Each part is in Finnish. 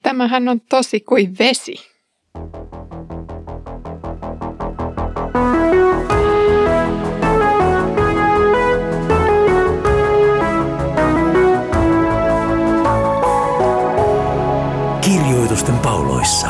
Tämähän on tosi kuin vesi. Kirjoitusten pauloissa.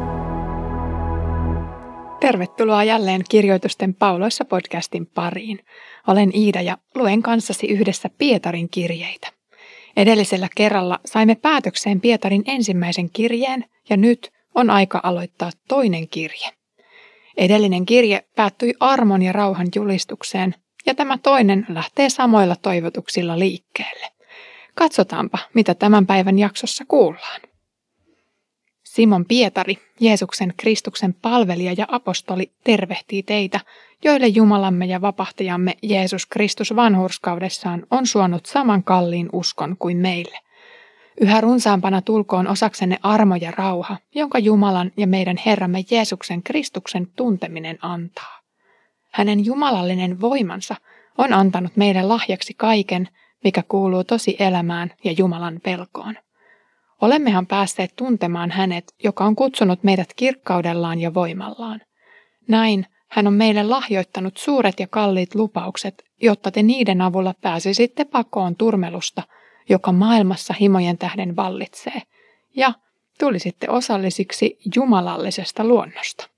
Tervetuloa jälleen Kirjoitusten pauloissa podcastin pariin. Olen Iida ja luen kanssasi yhdessä Pietarin kirjeitä. Edellisellä kerralla saimme päätökseen Pietarin ensimmäisen kirjeen ja nyt on aika aloittaa toinen kirje. Edellinen kirje päättyi armon ja rauhan julistukseen ja tämä toinen lähtee samoilla toivotuksilla liikkeelle. Katsotaanpa, mitä tämän päivän jaksossa kuullaan. Simon Pietari, Jeesuksen Kristuksen palvelija ja apostoli, tervehtii teitä, joille Jumalamme ja vapahtajamme Jeesus Kristus vanhurskaudessaan on suonut saman kalliin uskon kuin meille. Yhä runsaampana tulkoon osaksenne armo ja rauha, jonka Jumalan ja meidän Herramme Jeesuksen Kristuksen tunteminen antaa. Hänen jumalallinen voimansa on antanut meille lahjaksi kaiken, mikä kuuluu tosi elämään ja Jumalan pelkoon. Olemmehan päässeet tuntemaan hänet, joka on kutsunut meidät kirkkaudellaan ja voimallaan. Näin hän on meille lahjoittanut suuret ja kalliit lupaukset, jotta te niiden avulla pääsisitte pakoon turmelusta, joka maailmassa himojen tähden vallitsee, ja tulisitte osallisiksi jumalallisesta luonnosta.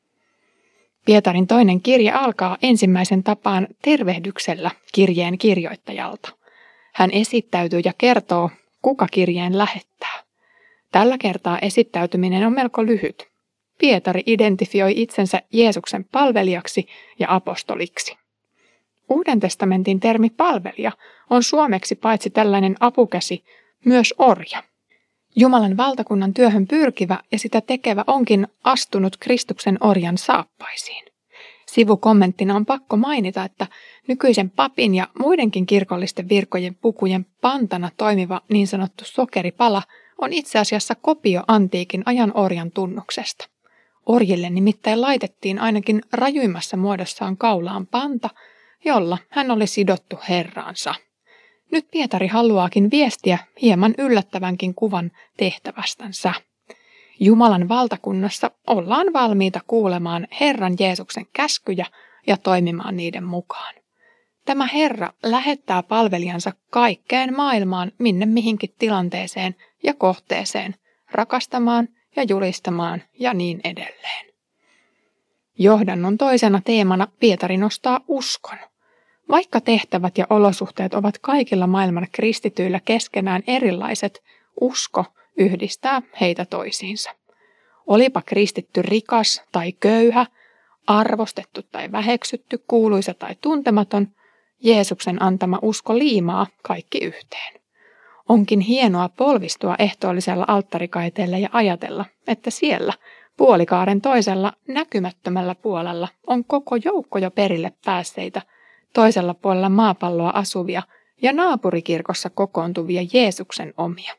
Pietarin toinen kirje alkaa ensimmäisen tapaan tervehdyksellä kirjeen kirjoittajalta. Hän esittäytyy ja kertoo, kuka kirjeen lähettää. Tällä kertaa esittäytyminen on melko lyhyt. Pietari identifioi itsensä Jeesuksen palvelijaksi ja apostoliksi. Uuden testamentin termi palvelija on suomeksi paitsi tällainen apukäsi, myös orja. Jumalan valtakunnan työhön pyrkivä ja sitä tekevä onkin astunut Kristuksen orjan saappaisiin. Sivukommenttina on pakko mainita, että nykyisen papin ja muidenkin kirkollisten virkojen pukujen pantana toimiva niin sanottu sokeripala on itse asiassa kopio antiikin ajan orjan tunnuksesta. Orjille nimittäin laitettiin ainakin rajuimmassa muodossaan kaulaan panta, jolla hän oli sidottu herraansa. Nyt Pietari haluaakin viestiä hieman yllättävänkin kuvan tehtävästänsä. Jumalan valtakunnassa ollaan valmiita kuulemaan Herran Jeesuksen käskyjä ja toimimaan niiden mukaan. Tämä Herra lähettää palvelijansa kaikkeen maailmaan minne mihinkin tilanteeseen ja kohteeseen, rakastamaan ja julistamaan ja niin edelleen. Johdannon toisena teemana Pietari nostaa uskon. Vaikka tehtävät ja olosuhteet ovat kaikilla maailman kristityillä keskenään erilaiset, usko yhdistää heitä toisiinsa. Olipa kristitty rikas tai köyhä, arvostettu tai väheksytty, kuuluisa tai tuntematon, Jeesuksen antama usko liimaa kaikki yhteen. Onkin hienoa polvistua ehtoollisella alttarikaiteella ja ajatella, että siellä puolikaaren toisella näkymättömällä puolella on koko joukko jo perille päässeitä, toisella puolella maapalloa asuvia ja naapurikirkossa kokoontuvia Jeesuksen omia.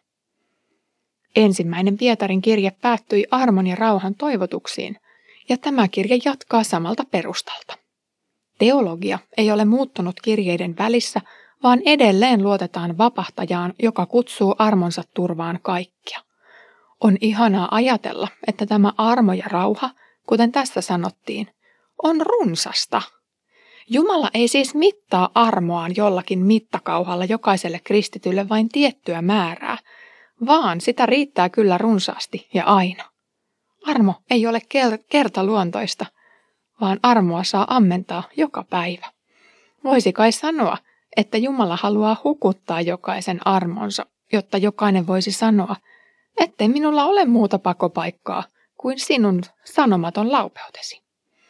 Ensimmäinen Pietarin kirje päättyi armon ja rauhan toivotuksiin, ja tämä kirje jatkaa samalta perustalta. Teologia ei ole muuttunut kirjeiden välissä, vaan edelleen luotetaan vapahtajaan, joka kutsuu armonsa turvaan kaikkia. On ihanaa ajatella, että tämä armo ja rauha, kuten tässä sanottiin, on runsasta. Jumala ei siis mittaa armoaan jollakin mittakauhalla jokaiselle kristitylle vain tiettyä määrää, vaan sitä riittää kyllä runsaasti ja aina. Armo ei ole kertaluontoista, vaan armoa saa ammentaa joka päivä. Voisi kai sanoa, että Jumala haluaa hukuttaa jokaisen armonsa, jotta jokainen voisi sanoa, ettei minulla ole muuta pakopaikkaa kuin sinun sanomaton laupeutesi.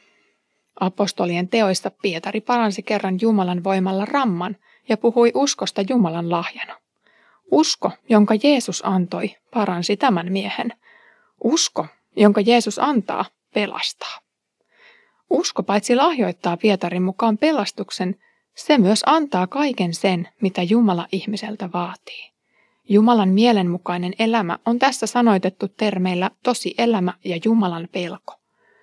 Apostolien teoissa Pietari paransi kerran Jumalan voimalla ramman ja puhui uskosta Jumalan lahjana. Usko, jonka Jeesus antoi, paransi tämän miehen. Usko, jonka Jeesus antaa, pelastaa. Usko paitsi lahjoittaa Pietarin mukaan pelastuksen, se myös antaa kaiken sen, mitä Jumala ihmiseltä vaatii. Jumalan mielenmukainen elämä on tässä sanoitettu termeillä tosi elämä ja Jumalan pelko.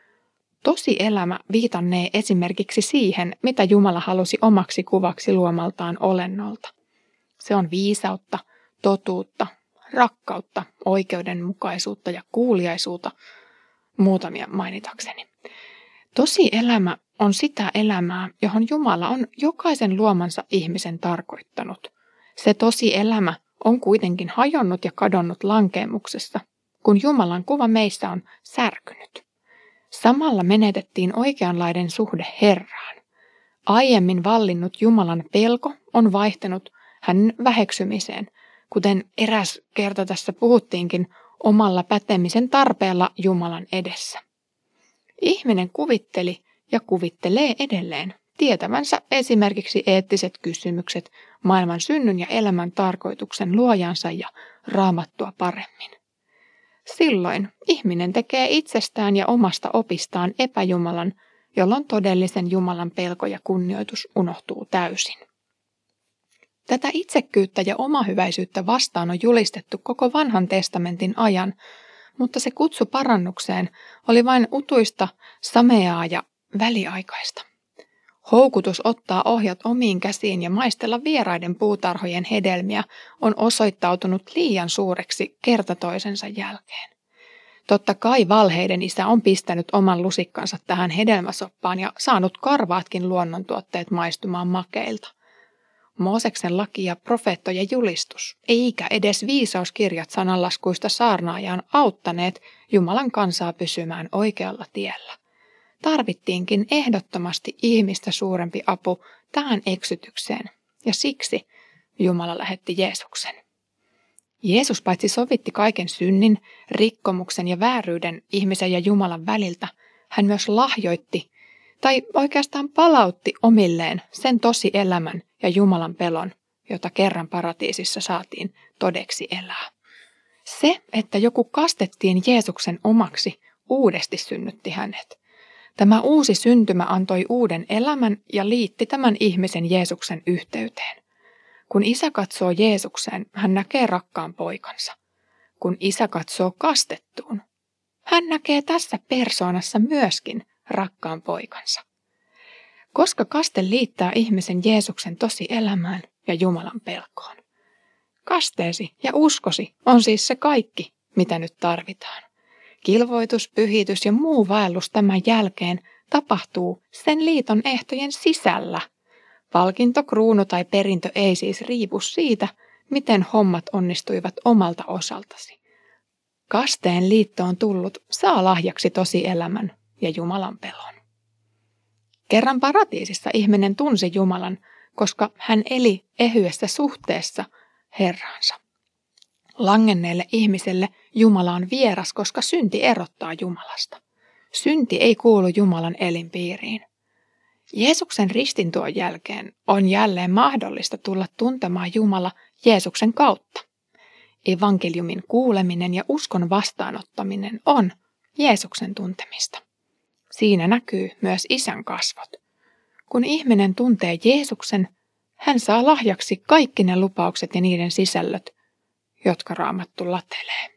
Tosi elämä viitannee esimerkiksi siihen, mitä Jumala halusi omaksi kuvaksi luomaltaan olennolta. Se on viisautta, totuutta, rakkautta, oikeudenmukaisuutta ja kuuliaisuutta, muutamia mainitakseni. Tosielämä on sitä elämää, johon Jumala on jokaisen luomansa ihmisen tarkoittanut. Se tosielämä on kuitenkin hajonnut ja kadonnut lankeemuksessa, kun Jumalan kuva meissä on särkynyt. Samalla menetettiin oikeanlainen suhde Herraan. Aiemmin vallinnut Jumalan pelko on vaihtunut hänen väheksymiseen, kuten eräs kerta tässä puhuttiinkin, omalla pätemisen tarpeella Jumalan edessä. Ihminen kuvitteli ja kuvittelee edelleen tietävänsä esimerkiksi eettiset kysymykset, maailman synnyn ja elämän tarkoituksen luojansa ja Raamattua paremmin. Silloin ihminen tekee itsestään ja omasta opistaan epäjumalan, jolloin todellisen Jumalan pelko ja kunnioitus unohtuu täysin. Tätä itsekkyyttä ja omahyväisyyttä vastaan on julistettu koko vanhan testamentin ajan, mutta se kutsu parannukseen oli vain utuista, sameaa ja väliaikaista. Houkutus ottaa ohjat omiin käsiin ja maistella vieraiden puutarhojen hedelmiä on osoittautunut liian suureksi kerta toisensa jälkeen. Totta kai valheiden isä on pistänyt oman lusikkansa tähän hedelmäsoppaan ja saanut karvaatkin luonnontuotteet maistumaan makeilta. Mooseksen laki ja profeettojen julistus, eikä edes viisauskirjat sananlaskuista saarnaajaan auttaneet Jumalan kansaa pysymään oikealla tiellä. Tarvittiinkin ehdottomasti ihmistä suurempi apu tähän eksytykseen, ja siksi Jumala lähetti Jeesuksen. Jeesus paitsi sovitti kaiken synnin, rikkomuksen ja vääryyden ihmisen ja Jumalan väliltä, hän myös lahjoitti, tai oikeastaan palautti omilleen sen tosielämän ja Jumalan pelon, jota kerran paratiisissa saatiin todeksi elää. Se, että joku kastettiin Jeesuksen omaksi, uudesti synnytti hänet. Tämä uusi syntymä antoi uuden elämän ja liitti tämän ihmisen Jeesuksen yhteyteen. Kun isä katsoo Jeesukseen, hän näkee rakkaan poikansa. Kun isä katsoo kastettuun, hän näkee tässä persoonassa myöskin rakkaan poikansa. Koska kaste liittää ihmisen Jeesuksen tosielämään ja Jumalan pelkoon. Kasteesi ja uskosi on siis se kaikki, mitä nyt tarvitaan. Kilvoitus, pyhitys ja muu vaellus tämän jälkeen tapahtuu sen liiton ehtojen sisällä. Palkinto, kruunu tai perintö ei siis riipu siitä, miten hommat onnistuivat omalta osaltasi. Kasteen liittoon tullut saa lahjaksi tosielämän ja Jumalan pelon. Kerran paratiisissa ihminen tunsi Jumalan, koska hän eli ehyessä suhteessa Herraansa. Langenneelle ihmiselle Jumala on vieras, koska synti erottaa Jumalasta. Synti ei kuulu Jumalan elinpiiriin. Jeesuksen ristintuon jälkeen on jälleen mahdollista tulla tuntemaan Jumala Jeesuksen kautta. Evankeliumin kuuleminen ja uskon vastaanottaminen on Jeesuksen tuntemista. Siinä näkyy myös Isän kasvot. Kun ihminen tuntee Jeesuksen, hän saa lahjaksi kaikki ne lupaukset ja niiden sisällöt, jotka Raamattu latelee.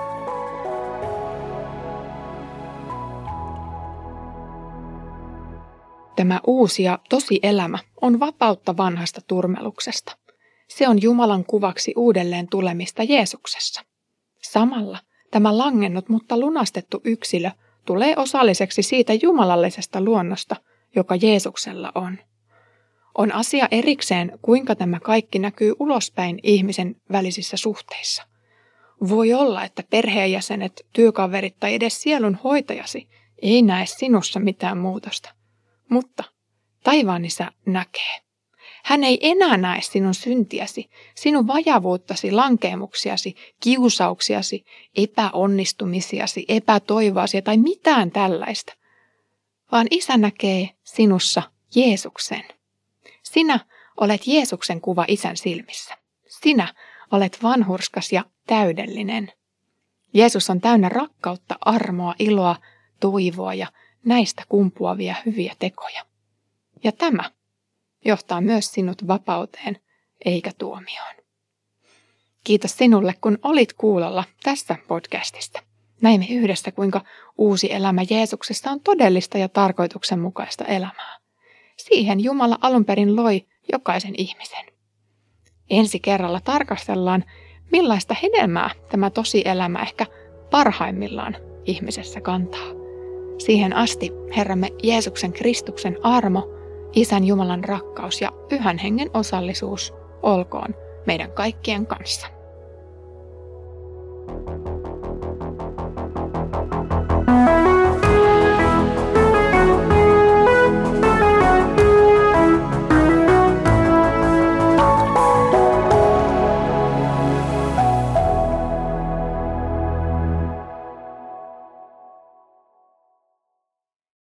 Tämä uusi ja tosi elämä on vapautta vanhasta turmeluksesta. Se on Jumalan kuvaksi uudelleen tulemista Jeesuksessa. Samalla tämä langennut, mutta lunastettu yksilö tulee osalliseksi siitä jumalallisesta luonnosta, joka Jeesuksella on. On asia erikseen, kuinka tämä kaikki näkyy ulospäin ihmisen välisissä suhteissa. Voi olla, että perheenjäsenet, työkaverit tai edes sielun hoitajasi ei näe sinussa mitään muutosta. Mutta taivaan Isä näkee. Hän ei enää näe sinun syntiäsi, sinun vajavuuttasi, lankeemuksiasi, kiusauksiasi, epäonnistumisiasi, epätoivoasi tai mitään tällaista. Vaan Isä näkee sinussa Jeesuksen. Sinä olet Jeesuksen kuva Isän silmissä. Sinä olet vanhurskas ja täydellinen. Jeesus on täynnä rakkautta, armoa, iloa, toivoa ja näistä kumpuavia hyviä tekoja. Ja tämä johtaa myös sinut vapauteen eikä tuomioon. Kiitos sinulle, kun olit kuulolla tässä podcastista. Näimme yhdessä, kuinka uusi elämä Jeesuksessa on todellista ja tarkoituksenmukaista elämää. Siihen Jumala alun perin loi jokaisen ihmisen. Ensi kerralla tarkastellaan, millaista hedelmää tämä tosielämä ehkä parhaimmillaan ihmisessä kantaa. Siihen asti Herramme Jeesuksen Kristuksen armo, Isän Jumalan rakkaus ja Pyhän Hengen osallisuus olkoon meidän kaikkien kanssa.